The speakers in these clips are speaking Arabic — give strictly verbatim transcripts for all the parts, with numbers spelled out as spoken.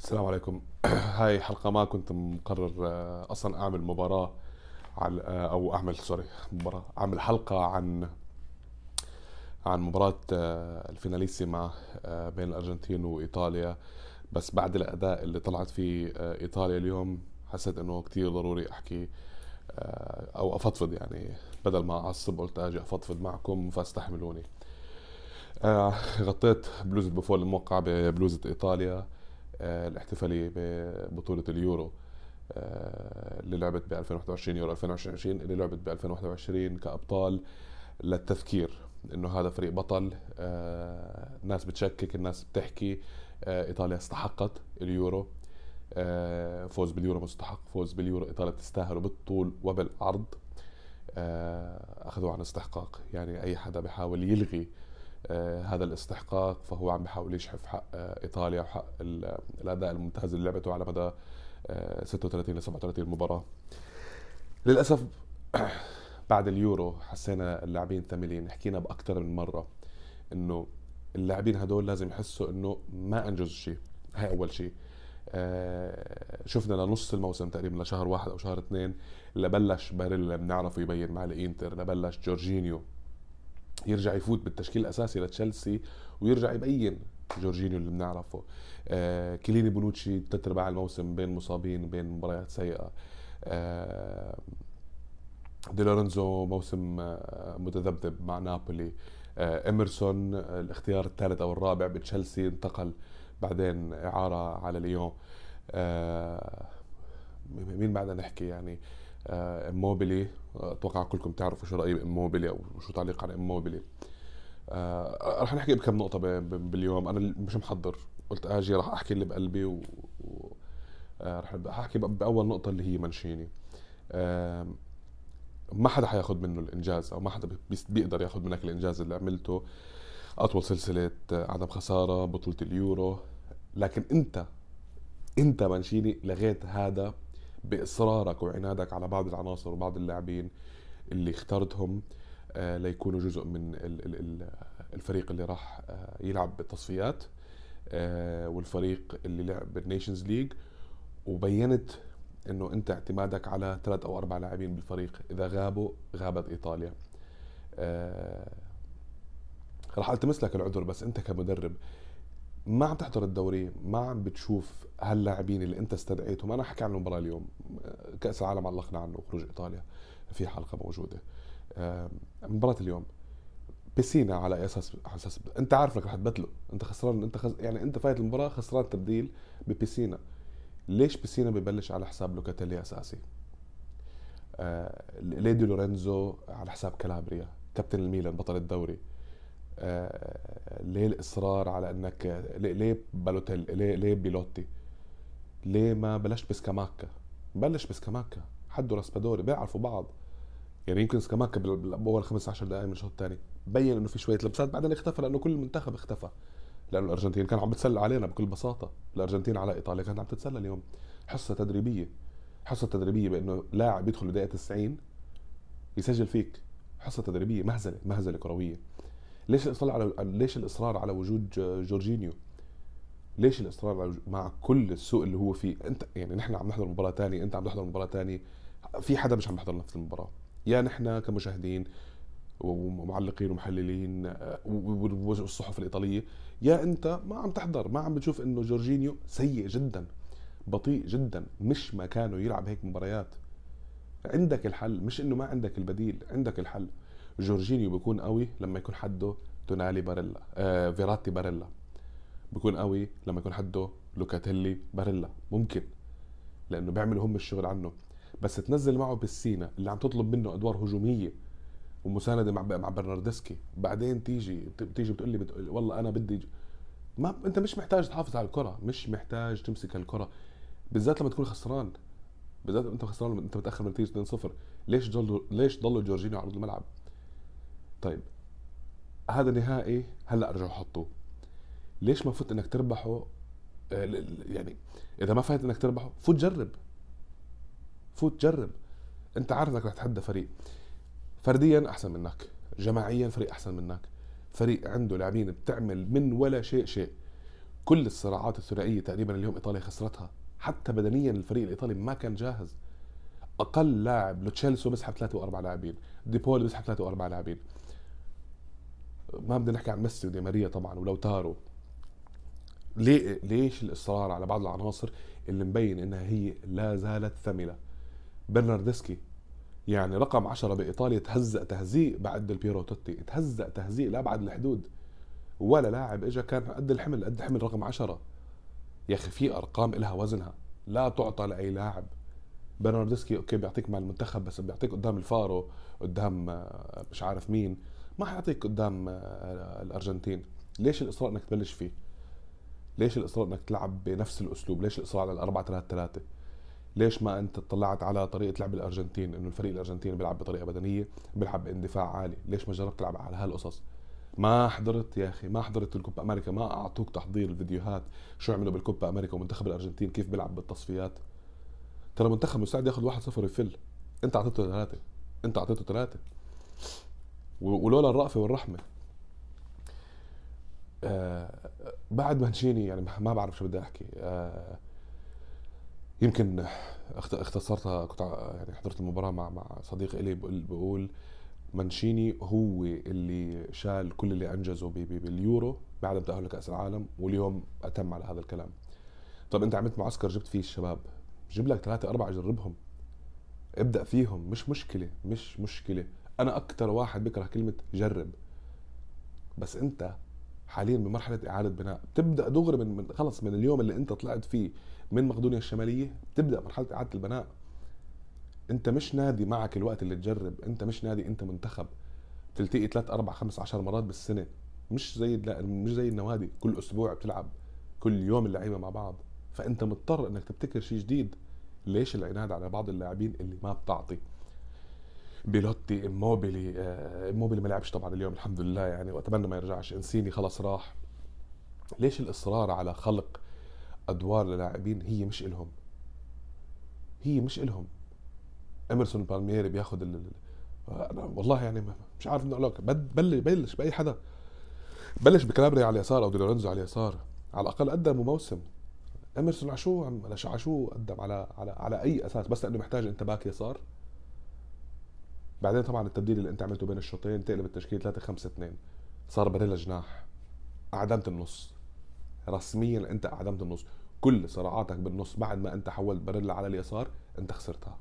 السلام عليكم. هاي حلقة ما كنت مقرر آه، أصلا أعمل مباراة على آه، أو أعمل سوري مباراة أعمل حلقة عن عن مباراة آه، الفيناليسيما آه، بين الأرجنتين وإيطاليا. بس بعد الأداء اللي طلعت فيه آه، إيطاليا اليوم حسيت إنه كتير ضروري أحكي آه، أو أفضفض يعني. بدل ما أعصب قلت أجي أفضفض معكم فاستحملوني. آه، غطيت بلوزة بوفون الموقعة ببلوزة إيطاليا آه، الاحتفالية ببطولة اليورو آه، اللي لعبت ب ألفين وواحد وعشرين، يورو ألفين وواحد وعشرين اللي لعبت ب ألفين وواحد وعشرين كأبطال. للتذكير انه هذا فريق بطل. آه، الناس بتشكك، الناس بتحكي آه، ايطاليا استحقت اليورو. آه، فوز باليورو مستحق، فوز باليورو ايطاليا بتستاهله بالطول وبالعرض. آه، اخذوه عن استحقاق، يعني اي حدا بيحاول يلغي آه، هذا الاستحقاق فهو عم بيحاول يشحف حق آه، ايطاليا وحق ال- الاداء الممتاز اللي لعبته على مدى آه، ستة وثلاثين ل سبعة وثلاثين مباراة. للأسف بعد اليورو حسينا اللاعبين ثملين، حكينا بأكثر من مرة إنه اللاعبين هدول لازم يحسوا إنه ما أنجزوا شيء. هاي أول شيء. آه شفنا لنص الموسم تقريبا، لشهر واحد أو شهر اثنين، لبلش باريلا اللي بنعرفه يبين مع الإنتر، لبلش جورجينيو يرجع يفوت بالتشكيل الأساسي لتشيلسي ويرجع يبين جورجينيو اللي بنعرفه. آه كيليني بونوتشي ثلاث ارباع الموسم بين مصابين بين مباريات سيئة. آه دي لورنزو موسم آه، متذبذب مع نابولي. آه، إميرسون آه، الاختيار الثالث أو الرابع بتشيلسي، انتقل بعدين إعارة على ليون. آه، مين بعدنا نحكي يعني؟ آه، إموبيلي. آه، أتوقع كلكم تعرفوا شو رأيي بإموبيلي أو شو تعليق على إموبيلي. آه، رح نحكي بكم نقطة ب- ب- باليوم. أنا مش محضر، قلت أجي رح أحكي اللي بقلبي و و- آه، رح أحكي بأول نقطة اللي هي منشيني. آه، ما حدا حياخد منه الانجاز، او ما حدا بيس- بيقدر ياخد منك الانجاز اللي عملته. اطول سلسله آه، عدم خساره، بطوله اليورو. لكن انت انت مانشيني لغيت هذا باصرارك وعنادك على بعض العناصر وبعض اللاعبين اللي اخترتهم آه، ليكونوا جزء من ال- ال- ال- الفريق اللي راح آه، يلعب بالتصفيات، آه، والفريق اللي لعب بالنيشنز ليج. وبينت انه انت اعتمادك على ثلاث او اربع لاعبين بالفريق، اذا غابوا غابت ايطاليا. آه، راح التمس لك العذر، بس انت كمدرب ما عم تحضر الدوري، ما عم بتشوف هاللاعبين اللي انت استدعيتهم. انا حكي عن المباراه اليوم، آه، كاس العالم علقنا عنه وخروج ايطاليا، في حلقه موجوده. آه، مباراه اليوم بسينا على اساس على اساس انت عارف انك رح تبدله، انت خسران، انت خز... يعني انت فايت المباراه خسران تبديل ببسينا. ليش بسينا ببلش على حساب لوكاتيلي اساسي؟ آه، ليه دي لورينزو على حساب كالابريا كابتن الميلان بطل الدوري؟ آه، ليه الاصرار على انك ليه, ليه بالوتيل، ليه ليه بيلوتي؟ ليه ما بلشت بسكاماكا؟ بلش بسكاماكا، حده راسبادوري بيعرفوا بعض. يعني يمكن سكاماكا بال- باول خمس عشر دقائق من الشوط الثاني بين انه في شويه لبسات، بعدين اختفى لانه كل المنتخب اختفى. لانه الارجنتين كانوا عم بتسلوا علينا بكل بساطه. الارجنتين على ايطاليا كانت عم تتسلى اليوم. حصه تدريبيه، حصه تدريبيه بانه لاعب يدخل بدقيقه تسعين يسجل فيك. حصه تدريبيه، مهزله مهزله كرويه. ليش الاصرار على ليش الاصرار على وجود ج- جورجينيو؟ ليش الاصرار على وجود... مع كل السوء اللي هو فيه؟ انت يعني نحن عم نحضر مباراه تانية، انت عم تحضر مباراه تانية، في حدا مش عم يحضر نفس المباراه. يا نحن كمشاهدين ومعلقين ومحللين آه، و- و- والصحف الايطاليه، يا انت ما عم تحضر، ما عم بتشوف انه جورجينيو سيء جدا، بطيء جدا، مش مكانه يلعب هيك مباريات. عندك الحل، مش انه ما عندك البديل، عندك الحل. جورجينيو بيكون قوي لما يكون حده تونالي باريلا، آه فيراتي باريلا. بيكون قوي لما يكون حده لوكاتيلي باريلا، ممكن، لانه بيعملوا هم الشغل عنه. بس تنزل معه بالسينا اللي عم تطلب منه ادوار هجوميه ومسانده مع مع برناردسكي، بعدين تيجي تيجي بتقول لي بتقول والله انا بدي ج- ما انت مش محتاج تحافظ على الكره، مش محتاج تمسك الكره، بالذات لما تكون خسران. بالذات انت خسران، انت متاخر من نتيجه اثنين صفر. ليش ضلوا ليش ضلوا جورجينيو على ارض الملعب؟ طيب، هذا نهائي هلا رجعوا حطوه. ليش ما فوت انك تربحه؟ آه، ل- ل- يعني اذا ما فايت انك تربحه فوت جرب، فوت جرب. انت عارف انك رح تحدى فريق فرديا احسن منك، جماعيا فريق احسن منك، فريق عنده لاعبين بتعمل من ولا شيء شيء. كل الصراعات الثنائيه تقريبا اليوم ايطاليا خسرتها، حتى بدنيا الفريق الايطالي ما كان جاهز. اقل لاعب لوتشيلسو بيسحب ثلاثه واربع لاعبين، ديبول بيسحب ثلاثه واربع لاعبين، ما بدنا نحكي عن ميسي ودي ماريا طبعا ولو تارو. ليه ليش الاصرار على بعض العناصر اللي مبين انها هي لا زالت ثمله؟ برناردسكي يعني رقم عشرة بايطاليا تهزأ تهزيء بعد ديل بيرو توتي، تهزأ تهزيء لابعد الحدود، ولا لاعب اجى كان قد الحمل قد حمل رقم عشرة. يا اخي في ارقام لها وزنها لا تعطى لاي لاعب. برناردسكي اوكي بيعطيك مع المنتخب، بس بيعطيك قدام الفارو، قدام آه، مش عارف مين، ما حيعطيك قدام آه، الارجنتين. ليش الاصرار انك تبلش فيه؟ ليش الاصرار انك تلعب بنفس الاسلوب؟ ليش الاصرار على الأربعة ثلاثة ثلاثة؟ ليش ما انت اطلعت على طريقه لعب الارجنتين، انه الفريق الارجنتيني بيلعب بطريقه بدنيه، بيلعب باندفاع عالي؟ ليش ما جربت تلعب على هالقصص؟ ما حضرت يا اخي، ما حضرت الكوبا امريكا، ما اعطوك تحضير الفيديوهات شو عملوا بالكوبا امريكا ومنتخب الارجنتين كيف بيلعب بالتصفيات؟ ترى منتخب مستعد ياخذ واحد صفر يفل، انت اعطيته ثلاثه، انت اعطيته ثلاثه، ولولا الرأفه والرحمه. آه بعد مانشيني يعني ما بعرف شو بدي احكي. آه يمكن اختصرتها، كنت يعني حضرت المباراة مع مع صديق إلي بقول مانشيني هو اللي شال كل اللي أنجزه باليورو بعد تأهل لكأس العالم، واليوم أتم على هذا الكلام. طب أنت عملت معسكر جبت فيه الشباب، جيب لك ثلاثة أربعة جربهم، ابدأ فيهم، مش مشكلة مش مشكلة. أنا أكتر واحد بكره كلمة جرب، بس أنت حاليا بمرحلة إعادة بناء، بتبدأ دغري من, من خلص من اليوم اللي أنت طلعت فيه من مقدونيا الشمالية، بتبدأ مرحلة إعادة البناء. انت مش نادي معك الوقت اللي تجرب، انت مش نادي، انت منتخب تلتقي ثلاث اربع خمس عشر مرات بالسنه، مش زي لا مش زي النوادي كل اسبوع بتلعب، كل يوم اللعيبه مع بعض. فانت مضطر انك تبتكر شيء جديد. ليش العناد على بعض اللاعبين اللي ما بتعطي؟ بيلوتي، اموبيلي، آه اموبيلي ما لعبش طبعا اليوم الحمد لله يعني، واتمنى ما يرجعش. انسيني خلص راح. ليش الاصرار على خلق ادوار للاعبين هي مش الهم؟ هي مش الهم. اميرسون بالميري بياخذ ال... أنا والله يعني مش عارف انه علاقه. بلش بلش باي حدا، بلش بكالابري على اليسار او دي لورينزو على اليسار، على الاقل قدموا موسم. اميرسون عشو عم عشو قدم على على على اي اساس؟ بس لانه محتاج انت باك يسار. بعدين طبعا التبديل اللي انت عملته بين الشوطين تقلب التشكيل ثلاثة خمسة اثنين، صار باريلا جناح، اعدمت النص رسميا، انت اعدمت النص. كل صراعاتك بالنص بعد ما انت حولت باريلا على اليسار انت خسرتها.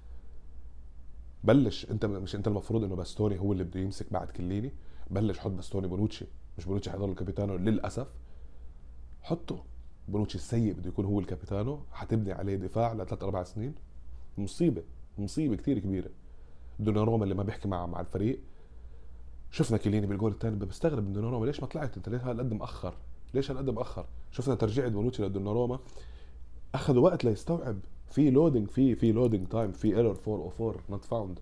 بلش انت، مش انت المفروض انه باستوني هو اللي بده يمسك بعد كليني؟ بلش حط باستوني بونوتشي، مش بونوتشي حيضل الكابيتانو للاسف، حطه. بونوتشي السيء بده يكون هو الكابيتانو، حتبني عليه دفاع لثلاث اربع سنين. مصيبه، مصيبه كثير كبيره. دوناروما اللي ما بيحكي مع مع الفريق. شفنا كليني بالجول الثاني، بستغرب من دوناروما ليش ما طلعت انت؟ ليش هالقد مأخر؟ ليش هالقد مأخر؟ شفنا ترجيع بونوتشي لدوناروما، اخذوا وقت ليستوعب. في لودنج، في في لودنج تايم، في ايرور أربعمية وأربعة نوت فاوند.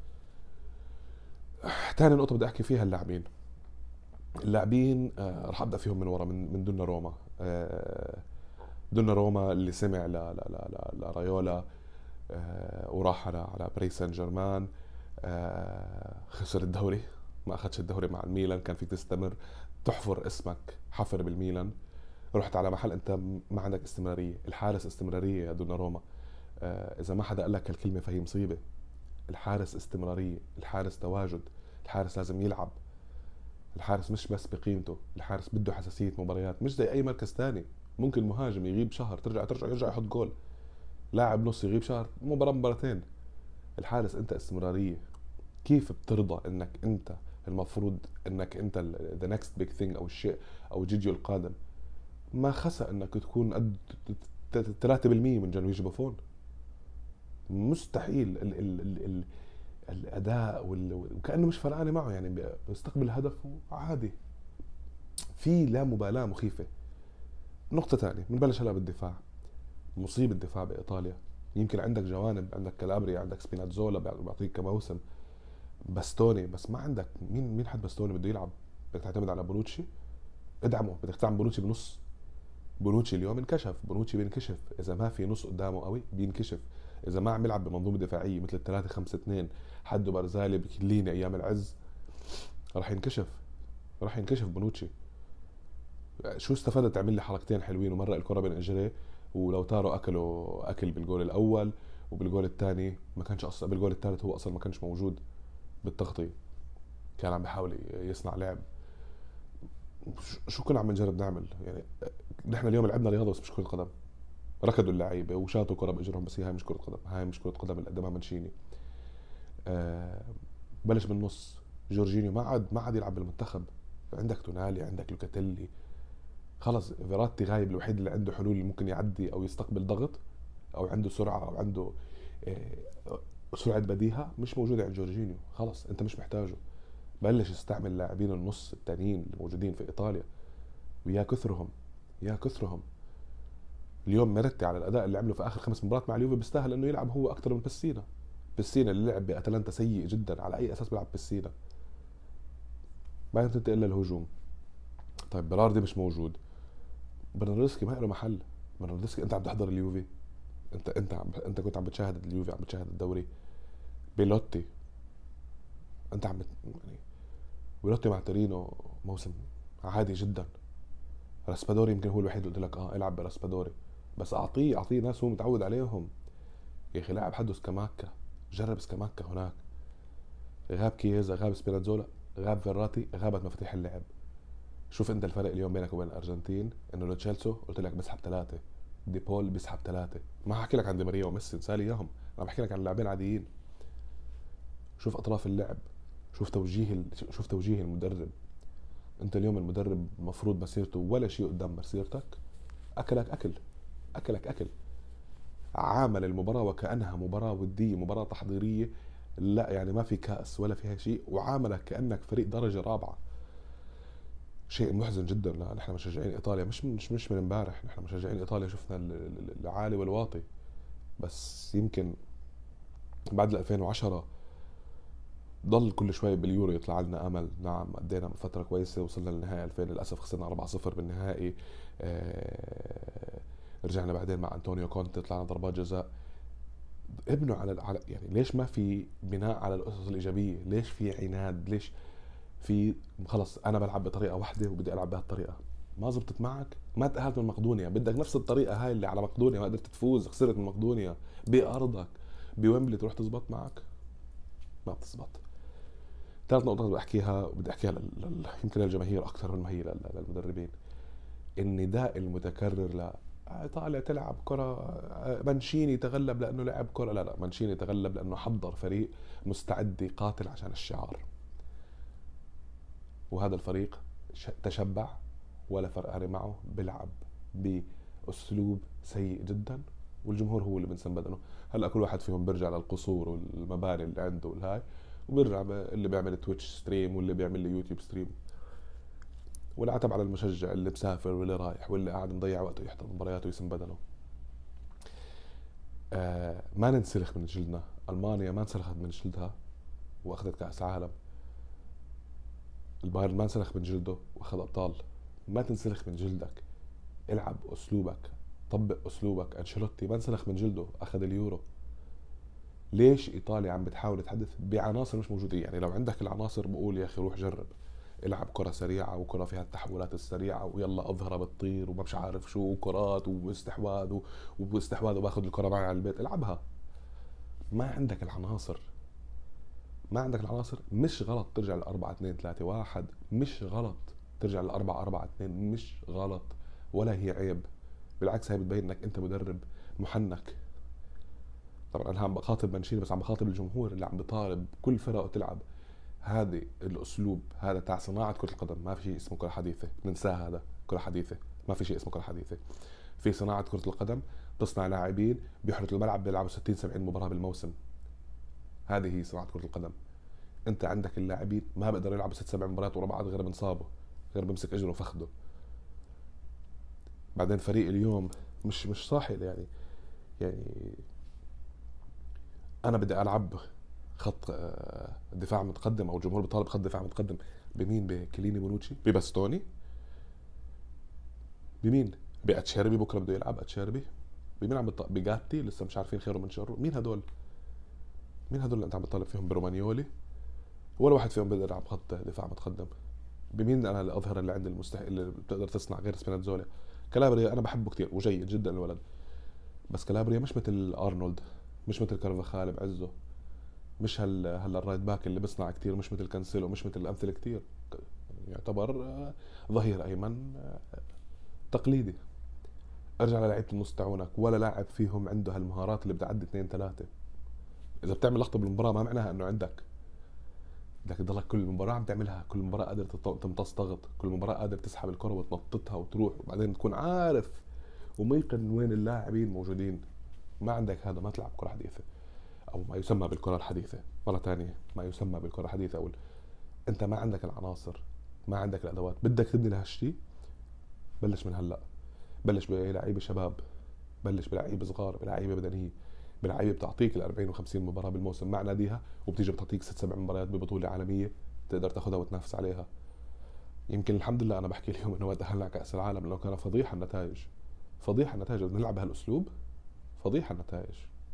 ثاني نقطة بدي احكي فيها اللاعبين. اللاعبين آه راح ابدا فيهم من ورا، من من دونا روما. آه دونا روما اللي سمع ل ل ل لرايولا آه وراح على على باريس سان جيرمان، آه خسر الدوري، ما اخذش الدوري مع الميلان، كان فيك تستمر تحفر اسمك حفر بالميلان. رحت على محل انت ما عندك استمراريه، الحارس استمراريه يا دونا روما. آه اذا ما حدا قال لك هالكلمه فهي مصيبه. الحارس استمراريه، الحارس تواجد، الحارس لازم يلعب. الحارس مش بس بقيمته، الحارس بده حساسيه مباريات، مش زي اي مركز تاني. ممكن مهاجم يغيب شهر ترجع ترجع يرجع يحط جول، لاعب نص يغيب شهر مباراه مباراتين. الحارس انت استمراريه. كيف بترضى انك انت المفروض انك انت ذا نكست بيج ثينج او الشيء او جيجيو القادم، ما خسى انك تكون قد ثلاثة بالمية من جانويجي بوفون؟ مستحيل. ال ال ال ال الاداء وال... وكانه مش فرقانه معه يعني، بيستقبل الهدف وعادي. في لا مبالاه مخيفه. نقطه ثانيه بنبلش هلا بالدفاع. مصيبه الدفاع بايطاليا. يمكن عندك جوانب، عندك كالابري، عندك سبيناتزولا بيعطيك كموسم، باستوني، بس ما عندك مين مين حد باستوني بده يلعب؟ بدك تعتمد على بونوتشي؟ ادعمه، بدك تدعم بونوتشي بنص. بونوتشي اليوم انكشف، بونوتشي بينكشف اذا ما في نص قدامه قوي، بينكشف اذا ما عم يلعب بمنظومه دفاعيه مثل الثلاثة خمسة اثنين حده برزالي بكليني ايام العز، راح ينكشف، راح ينكشف بونوتشي. شو استفدت تعمل لي حركتين حلوين ومرق الكره بين اجريه، ولو تارو اكلوا اكل بالجول الاول، وبالجول الثاني ما كانش اصلا، بالجول الثالث هو اصلا ما كانش موجود بالتغطيه، كان عم بيحاول يصنع لعب. شو كنا عم نجرب نعمل يعني؟ نحن اليوم لعبنا رياضه بس مش كره قدم. ركضوا اللعيبه وشاطوا كره باجرهم، بس هي هاي مش كره قدم، هاي مش كره قدم اللي قدمها منشيني. آه بلش بالنص، جورجينيو ما عاد ما عاد يلعب بالمنتخب. عندك تونالي، عندك لوكاتيلي، خلص فيراتي غايب، الوحيد اللي عنده حلول اللي ممكن يعدي او يستقبل ضغط او عنده سرعه او عنده آه، سرعه بديهه مش موجوده عند جورجينيو. خلص انت مش محتاجه. بلش يستعمل لاعبين النص التانيين اللي موجودين في ايطاليا، ويا كثرهم يا كثرهم. اليوم مرتي على الاداء اللي عمله في اخر خمس مباريات مع اليوفي بيستاهل انه يلعب هو اكثر من بسينا. بسينا اللي لعب باتلانتا سيء جدا، على اي اساس بيلعب بسينا؟ بعدين تنتقل للهجوم. طيب بيراردي مش موجود، برناردسكي ما له محل. برناردسكي انت عم تحضر اليوفي، انت انت عم انت كنت عم بتشاهد اليوفي، عم بتشاهد الدوري. بيلوتي انت عم بت... يعني بيلوتي مع تورينو موسم عادي جدا. راسبادوري يمكن هو الوحيد اللي قلت لك اه العب براسبادوري، بس اعطيه اعطيه ناس هو متعود عليهم. يا اخي لاعب حده سكاماكا، جرب سكاماكا هناك. غاب كييزا، غاب سبيناتزولا، غاب فيراتي، غابت مفاتيح اللعب. شوف انت الفرق اليوم بينك وبين الارجنتين، انه لو تشيلسو قلت لك بسحب ثلاثه، دي بول بيسحب ثلاثه. ما حكي لك عن دي ماريا وميسي، انسالي اياهم، انا بحكي لك عن لاعبين عاديين. شوف اطراف اللعب، شوف توجيه ال... شوف توجيه المدرب. انت اليوم المدرب المفروض مسيرته ولا شيء قدام مسيرتك. اكلك اكل، اكلك اكل. عامل المباراه وكانها مباراه وديه، مباراه تحضيريه، لا يعني ما في كاس ولا فيها شيء، وعاملك كانك فريق درجه رابعه. شيء محزن جدا. لا نحن مشجعين ايطاليا مش مش مش من امبارح، نحن مشجعين ايطاليا شفنا العالي والواطي. بس يمكن بعد ألفين وعشرة ضل كل شوي باليورو يطلع لنا امل. نعم ادينا فتره كويسه، وصلنا للنهائي ألفين، للاسف خسرنا أربعة صفر بالنهائي. آه رجعنا بعدين مع انطونيو كونتي طلعنا ضربات جزاء. ابنوا على على يعني ليش ما في بناء على القصص الايجابيه؟ ليش في عناد؟ ليش في خلص انا بلعب بطريقه واحده وبدي العب بهالطريقه؟ ما زبطت معك، ما تأهلت من مقدونيا، بدك نفس الطريقه هاي اللي على مقدونيا ما قدرت تفوز، خسرت من مقدونيا بارضك بويمبلي، تروح تزبط معك؟ ما بتزبط. ثالث نقطه بدي احكيها، بدي احكيها لل... لل... يمكن للجماهير اكثر من ما هي لل... للمدربين. النداء المتكرر ل ايطاليا تلعب كره، مانشيني تغلب لانه لعب كره. لا لا، مانشيني تغلب لانه حضر فريق مستعد يقاتل عشان الشعار، وهذا الفريق تشبع ولا فرق عليه معه، بيلعب باسلوب سيء جدا، والجمهور هو اللي بنسم بدنه. هلا كل واحد فيهم بيرجع للقصور والمباني اللي عنده والهاي، وبيرجع اللي بيعمل تويتش ستريم واللي بيعمل لي يوتيوب ستريم، والعتب على المشجع اللي مسافر واللي رايح واللي قاعد مضيع وقته يحضر مبارياته ويسم بدنه. آه ما ننسلخ من جلدنا. المانيا ما انسلخت من جلدها واخذت كاس عالم. البايرن ما انسلخ من جلده واخذ ابطال. ما تنسلخ من جلدك، العب اسلوبك، طبق اسلوبك. انشيلوتي ما انسلخ من جلده اخذ اليورو. ليش ايطاليا عم بتحاول تحدث بعناصر مش موجودين؟ يعني لو عندك العناصر بقول يا اخي روح جرب، العب كرة سريعة وكرة فيها التحولات السريعة، ويلا اظهرها بتطير وما مش عارف شو، وكرات واستحواذ واستحواذ وباخذ الكرة معي على البيت، العبها. ما عندك العناصر، ما عندك العناصر. مش غلط ترجع ل أربعة اثنين ثلاثة واحد، مش غلط ترجع ل أربعة أربعة اثنين، مش غلط ولا هي عيب. بالعكس هي بتبين انك انت مدرب محنك. طبعا انا عم بخاطب منشيني، بس عم بخاطب الجمهور اللي عم بطالب كل فرقه تلعب هذا الاسلوب هذا تاع صناعه كره القدم. ما في شيء اسمه كره حديثه، ننساه هذا. كره حديثه ما في شيء اسمه كره حديثه. في صناعه كره القدم، تصنع لاعبين بيحرثوا الملعب بيلعبوا ستين سبعين مباراه بالموسم. هذه هي صناعه كره القدم. انت عندك اللاعبين ما بيقدروا يلعبوا ست سبع مباريات ورا بعض غير بنصابه، غير بمسك اجره وفخده. بعدين فريق اليوم مش مش صاحي يعني. يعني انا بدي العب خط دفاع متقدم، او الجمهور بيطالب خط دفاع متقدم بمين؟ بكليني بونوتشي، بباستوني، بمين؟ باتشيربي. بكره بده يلعب اتشيربي. بمين عم بط... بجاتي لسه مش عارفين خيره من شره. مين هدول؟ مين هدول اللي انت عم بتطالب فيهم؟ برومانيولي؟ ولا واحد فيهم بده يلعب خط دفاع متقدم. بمين انا اللي اظهر اللي عندي المستحيل اللي بتقدر تصنع غير سبيناتزولا. كالابريا انا بحبه كتير وجيد جدا الولد، بس كالابريا مش مثل ارنولد، مش مثل كارفاخال بعزه، مش هال هلا الرايت باك اللي بيصنع كتير، مش مثل كانسيلو، مش مثل الامثله كتير. يعتبر آه، ظهير ايمن آه، تقليدي. ارجع للعيبه النص تاعونك، ولا لاعب فيهم عنده هالمهارات اللي بتعدي اثنين ثلاثه. اذا بتعمل لقطه بالمباراه ما معناها انه عندك، بدك تضلك كل مباراه عم تعملها، كل مباراه قادر تط- تمتص ضغط، كل مباراه قادر تسحب الكره وتنططها وتروح، وبعدين تكون عارف وميقن وين اللاعبين موجودين. ما عندك هذا، ما تلعب كره حديثه، او ما يسمى بالكره الحديثه. مره ثانيه، ما يسمى بالكره الحديثه، او انت ما عندك العناصر، ما عندك الادوات. بدك تبني لهالشيء، بلش من هلا. بلش بلعيبه شباب، بلش بلعيبه صغار، بلعيبه بدنيه، بلعيبه بتعطيك ال أربعين و50 مباراه بالموسم مع ناديها، وبتيجي بتعطيك ست سبع مباريات ببطوله عالميه تقدر تاخذها وتنافس عليها. يمكن الحمد لله انا بحكي اليوم انه تاهلنا على كاس العالم، لانه كان فضيحه النتائج. فضيحه النتائج اذا بنلعب بهالاسلوب، فضيحه النتائج.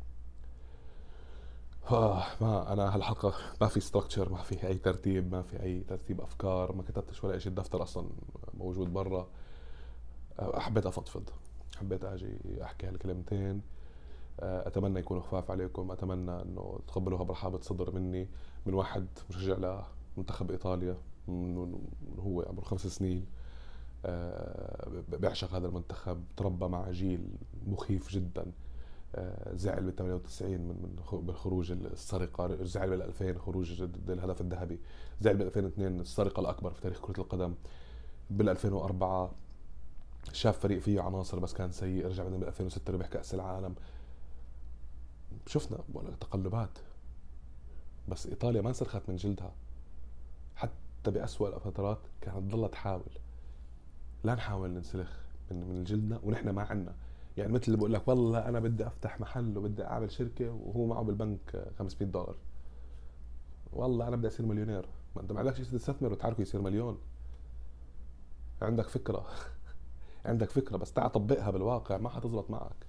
آه ما انا هالحلقه ما في ستراكشر، ما في اي ترتيب، ما في اي ترتيب افكار، ما كتبتش ولا شيء، الدفتر اصلا موجود برا. آه، حبيت افضفض، حبيت اجي احكي هالكلمتين. آه، اتمنى يكونوا خفاف عليكم، اتمنى انه تقبلوها برحابه صدر مني، من واحد مشجع لمنتخب ايطاليا من هو عمره خمس سنين. آه، بيعشق هذا المنتخب، تربى مع جيل مخيف جدا. آه، زعل بال ثمانية وتسعين من من خ- بالخروج السرقه، زعل بال ألفين خروج ضد الهدف الذهبي، زعل بال ألفين واثنين السرقه الاكبر في تاريخ كره القدم، بال ألفين وأربعة شاف فريق فيه عناصر بس كان سيء، رجع بعدين بال ألفين وستة ربح كاس العالم. شفنا ولا تقلبات، بس ايطاليا ما انسلخت من جلدها. حتى بأسوأ الفترات كانت تضلها تحاول. لا نحاول ننسلخ من من جلدنا ونحن ما عنا. يعني مثل اللي بقول لك والله انا بدي افتح محل وبدي اعمل شركه وهو معه بالبنك خمسمية دولار، والله انا بدي اصير مليونير. ما انت ما عندكش شيء تستثمر وتحركه يصير مليون. عندك فكره عندك فكره بس تعال طبقها بالواقع ما حتزبط معك.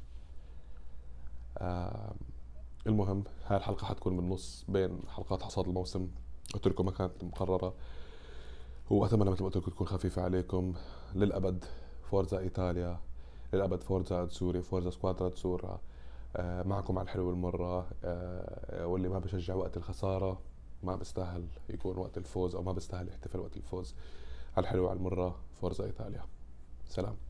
آه المهم هاي الحلقه حتكون بالنص بين حلقات حصاد الموسم، قلت لكم ما كانت مقرره، واتمنى مثل ما قلت لكم تكون خفيفه عليكم. للابد فورزا ايطاليا، للابد فورزا اتسوري، فورزا سكوادرا اتسورا. آه معكم على الحلو والمره. آه واللي ما بشجع وقت الخساره ما بيستاهل يكون وقت الفوز، او ما بيستاهل يحتفل وقت الفوز. على الحلو وعلى المره، فورزا ايطاليا. سلام.